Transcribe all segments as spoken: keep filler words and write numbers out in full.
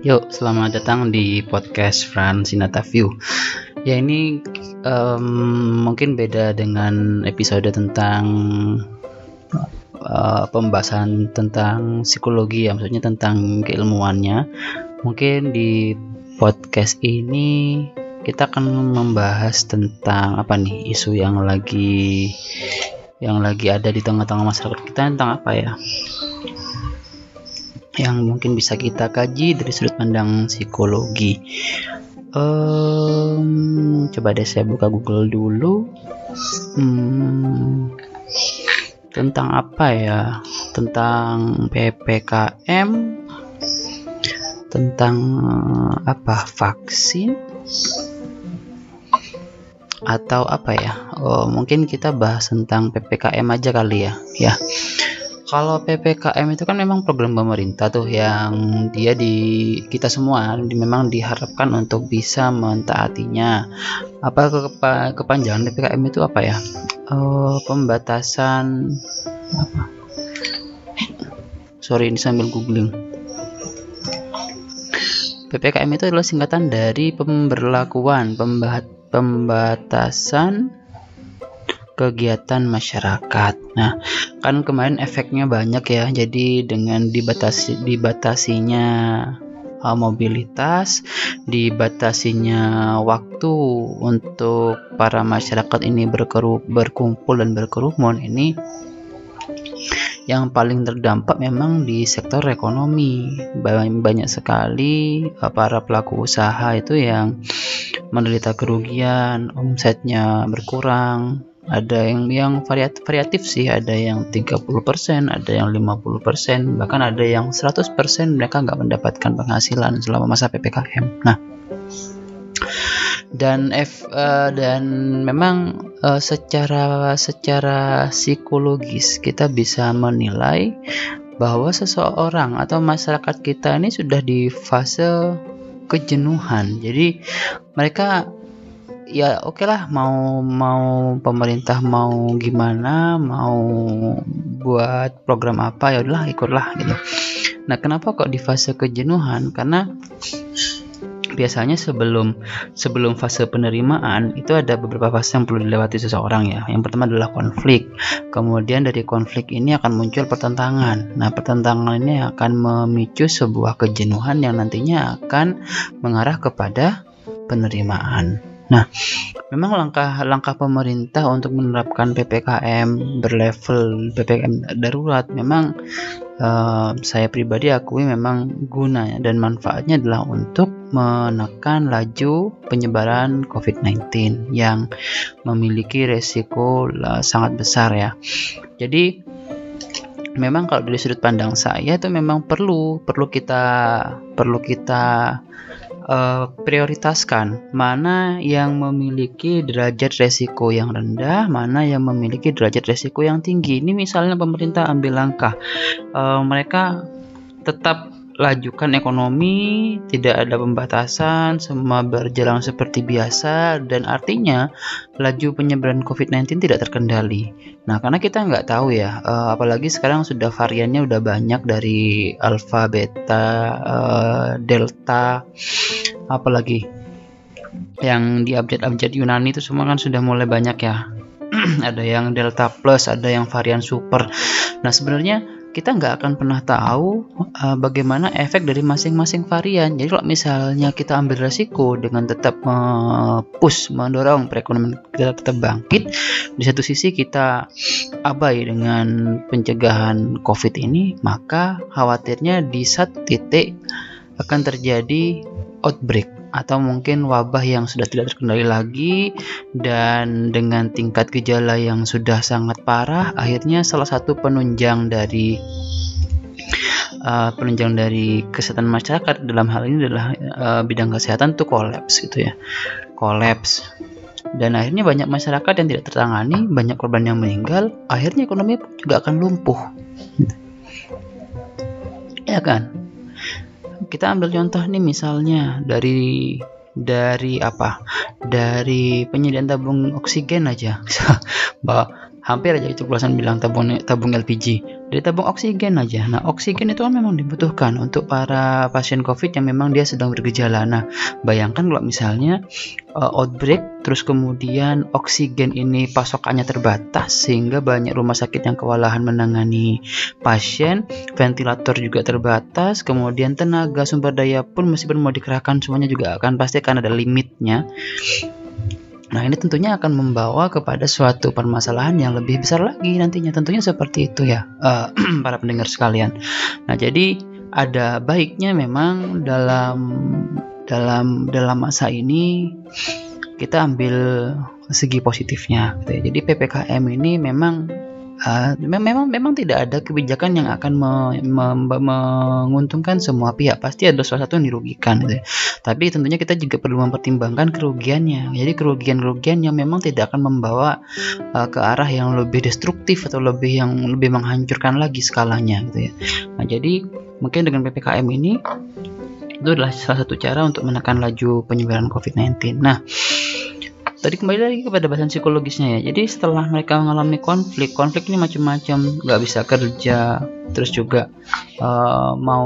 Yuk, selamat datang di podcast Fransinata View. Ya, ini um, mungkin beda dengan episode tentang uh, pembahasan tentang psikologi ya, maksudnya tentang keilmuannya. Mungkin di podcast ini kita akan membahas tentang apa nih, isu yang lagi yang lagi ada di tengah-tengah masyarakat kita, tentang apa ya, yang mungkin bisa kita kaji dari sudut pandang psikologi. Um, coba deh saya buka Google dulu. Hmm, tentang apa ya? Tentang P P K M, tentang apa? Vaksin atau apa ya? Oh, mungkin kita bahas tentang P P K M aja kali ya. Ya. Kalau P P K M itu kan memang program pemerintah tuh, yang dia di kita semua di, memang diharapkan untuk bisa mentaatinya. Apa kepa, kepanjangan P P K M itu apa ya? Uh, pembatasan apa? Sorry, ini sambil googling. P P K M itu adalah singkatan dari pemberlakuan pembat, pembatasan kegiatan masyarakat. Nah, kan kemarin efeknya banyak ya. Jadi dengan dibatasi dibatasinya uh, mobilitas, dibatasinya waktu untuk para masyarakat ini berkeru, berkumpul dan berkerumun, ini yang paling terdampak memang di sektor ekonomi. Banyak sekali uh, para pelaku usaha itu yang menderita kerugian, omsetnya berkurang. Ada yang yang variatif, variatif sih, ada yang tiga puluh persen, ada yang lima puluh persen, bahkan ada yang seratus persen mereka nggak mendapatkan penghasilan selama masa P P K M. Nah, dan F uh, dan memang uh, secara secara psikologis kita bisa menilai bahwa seseorang atau masyarakat kita ini sudah di fase kejenuhan. Jadi mereka ya oke okay lah, mau mau pemerintah mau gimana, mau buat program apa, ya udahlah ikutlah gitu. Nah, kenapa kok di fase kejenuhan? Karena biasanya sebelum sebelum fase penerimaan itu ada beberapa fase yang perlu dilewati seseorang ya. Yang pertama adalah konflik. Kemudian dari konflik ini akan muncul pertentangan. Nah, pertentangan ini akan memicu sebuah kejenuhan yang nantinya akan mengarah kepada penerimaan. Nah, memang langkah-langkah pemerintah untuk menerapkan P P K M berlevel P P K M darurat memang uh, saya pribadi akui memang gunanya dan manfaatnya adalah untuk menekan laju penyebaran covid sembilan belas yang memiliki resiko uh, sangat besar ya. Jadi memang kalau dari sudut pandang saya itu memang perlu perlu kita perlu kita Uh, prioritaskan mana yang memiliki derajat resiko yang rendah, mana yang memiliki derajat resiko yang tinggi. Ini misalnya pemerintah ambil langkah, uh, mereka tetap lajukan ekonomi, tidak ada pembatasan, semua berjalan seperti biasa, dan artinya laju penyebaran covid sembilan belas tidak terkendali. Nah, karena kita nggak tahu ya, uh, apalagi sekarang sudah variannya udah banyak, dari alfa, beta, uh, delta, apalagi yang di update-update Yunani itu semua kan sudah mulai banyak ya. Ada yang delta plus, ada yang varian super. Nah, sebenarnya kita nggak akan pernah tahu uh, bagaimana efek dari masing-masing varian. Jadi kalau misalnya kita ambil resiko dengan tetap push, mendorong perekonomian kita tetap bangkit, di satu sisi kita abai dengan pencegahan COVID ini, maka khawatirnya di satu titik akan terjadi outbreak atau mungkin wabah yang sudah tidak terkendali lagi, dan dengan tingkat gejala yang sudah sangat parah, akhirnya salah satu penunjang dari uh, penunjang dari kesehatan masyarakat dalam hal ini adalah uh, bidang kesehatan itu kolaps gitu ya, kolaps. Dan akhirnya banyak masyarakat yang tidak tertangani, banyak korban yang meninggal, akhirnya ekonomi juga akan lumpuh, ya kan? Kita ambil contoh nih, misalnya dari dari apa? Dari penyediaan tabung oksigen aja. Bahwa hampir aja keceplosan bilang tabung tabung L P G, dari tabung oksigen aja. Nah, oksigen itu kan memang dibutuhkan untuk para pasien COVID yang memang dia sedang bergejala. Nah, bayangkan kalau misalnya uh, outbreak, terus kemudian oksigen ini pasokannya terbatas sehingga banyak rumah sakit yang kewalahan menangani pasien, ventilator juga terbatas, kemudian tenaga sumber daya pun meskipun mau dikerahkan semuanya juga akan pasti akan ada limitnya. Nah, ini tentunya akan membawa kepada suatu permasalahan yang lebih besar lagi nantinya. Tentunya seperti itu ya, uh, para pendengar sekalian. Nah, jadi ada baiknya memang dalam dalam dalam masa ini kita ambil segi positifnya. Gitu ya. Jadi P P K M ini memang Uh, memang memang tidak ada kebijakan yang akan me, me, me, menguntungkan semua pihak. Pasti ada salah satu yang dirugikan gitu ya. Tapi tentunya kita juga perlu mempertimbangkan kerugiannya. Jadi kerugian-kerugian yang memang tidak akan membawa uh, ke arah yang lebih destruktif atau lebih yang lebih menghancurkan lagi skalanya gitu ya. Nah, jadi mungkin dengan P P K M ini itu adalah salah satu cara untuk menekan laju penyebaran COVID sembilan belas. Nah, tadi kembali lagi kepada bahasan psikologisnya ya. Jadi setelah mereka mengalami konflik, konflik ini macam-macam, nggak bisa kerja, terus juga uh, mau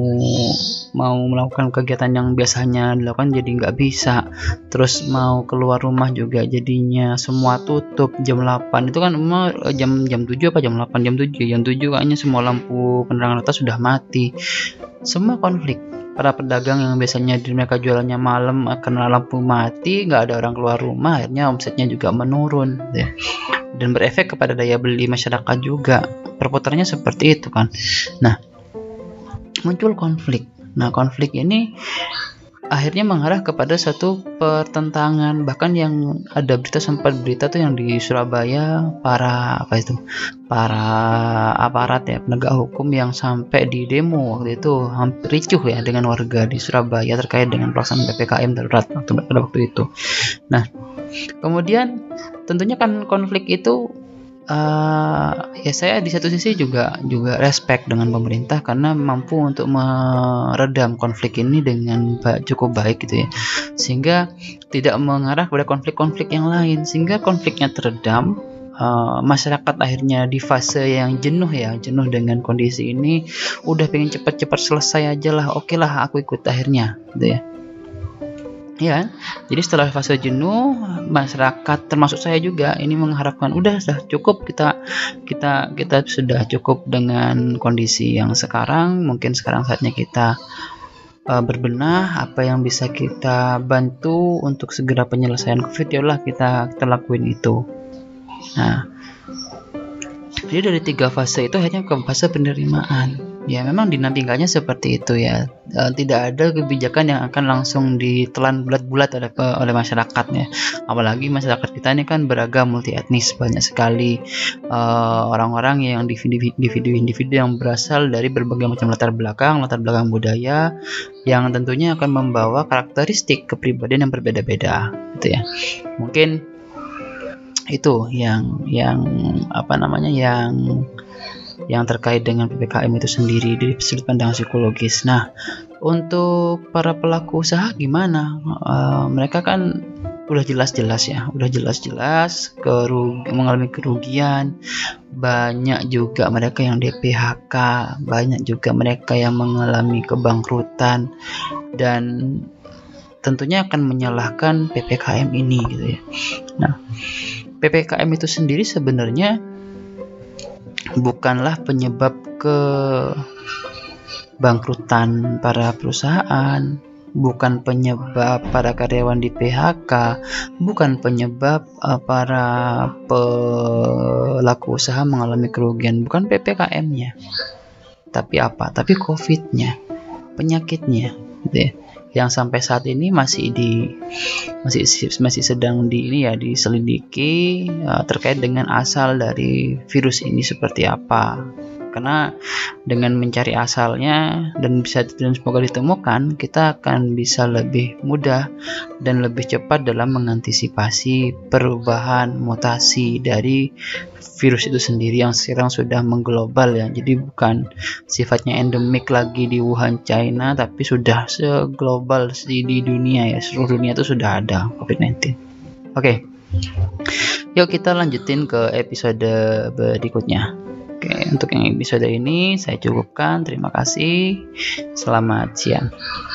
mau melakukan kegiatan yang biasanya dilakukan jadi nggak bisa, terus mau keluar rumah juga jadinya semua tutup jam delapan. Itu kan emang jam jam tujuh apa jam delapan, jam tujuh, jam tujuh kayaknya semua lampu penerangan atas sudah mati. Semua konflik. Para pedagang yang biasanya di mereka jualannya malam karena lampu mati, nggak ada orang keluar rumah, akhirnya omsetnya juga menurun ya. Dan berefek kepada daya beli masyarakat juga. Perputarannya seperti itu kan. Nah, muncul konflik. Nah, konflik ini akhirnya mengarah kepada satu pertentangan. Bahkan yang ada berita, sempat berita tuh yang di Surabaya, para apa itu para aparat ya, penegak hukum yang sampai di demo waktu itu hampir ricuh ya dengan warga di Surabaya terkait dengan pelaksanaan P P K M darurat waktu pada waktu itu. Nah, kemudian tentunya kan konflik itu Uh, ya saya di satu sisi juga juga respect dengan pemerintah karena mampu untuk meredam konflik ini dengan ba- cukup baik gitu ya, sehingga tidak mengarah kepada konflik-konflik yang lain, sehingga konfliknya teredam. Uh, masyarakat akhirnya di fase yang jenuh ya, jenuh dengan kondisi ini, udah pengen cepat-cepat selesai aja lah, oke lah aku ikut akhirnya gitu ya. Ya, jadi setelah fase jenuh, masyarakat termasuk saya juga ini mengharapkan udah sudah cukup, kita kita kita sudah cukup dengan kondisi yang sekarang. Mungkin sekarang saatnya kita uh, berbenah, apa yang bisa kita bantu untuk segera penyelesaian COVID, ya Allah kita kita lakuin itu. Nah, jadi dari tiga fase itu akhirnya ke fase penerimaan. Ya memang dinamikanya seperti itu ya. E, tidak ada kebijakan yang akan langsung ditelan bulat-bulat oleh oleh masyarakatnya. Apalagi masyarakat kita ini kan beragam, multi etnis, banyak sekali e, orang-orang yang individu-individu yang berasal dari berbagai macam latar belakang, latar belakang budaya, yang tentunya akan membawa karakteristik kepribadian yang berbeda-beda, gitu ya. Mungkin itu yang yang apa namanya yang yang terkait dengan P P K M itu sendiri dari sudut pandang psikologis. Nah, untuk para pelaku usaha gimana? Uh, mereka kan udah jelas-jelas ya, udah jelas-jelas kerugi, mengalami kerugian. Banyak juga mereka yang D P H K, banyak juga mereka yang mengalami kebangkrutan, dan tentunya akan menyalahkan P P K M ini gitu ya. Nah, P P K M itu sendiri sebenarnya bukanlah penyebab kebangkrutan para perusahaan, bukan penyebab para karyawan di P H K, bukan penyebab uh, para pelaku usaha mengalami kerugian, bukan P P K M-nya. Tapi apa? Tapi COVID-nya, penyakitnya, gitu ya. Yang sampai saat ini masih di masih masih sedang di ini ya diselidiki uh, terkait dengan asal dari virus ini seperti apa. Karena dengan mencari asalnya dan bisa dan semoga ditemukan, kita akan bisa lebih mudah dan lebih cepat dalam mengantisipasi perubahan mutasi dari virus itu sendiri yang sekarang sudah mengglobal ya. Jadi bukan sifatnya endemik lagi di Wuhan, China, tapi sudah seglobal di, di dunia ya. Seluruh dunia itu sudah ada COVID sembilan belas. Oke. Yuk kita lanjutin ke episode berikutnya. Oke, untuk yang episode ini saya cukupkan. Terima kasih. Selamat siang.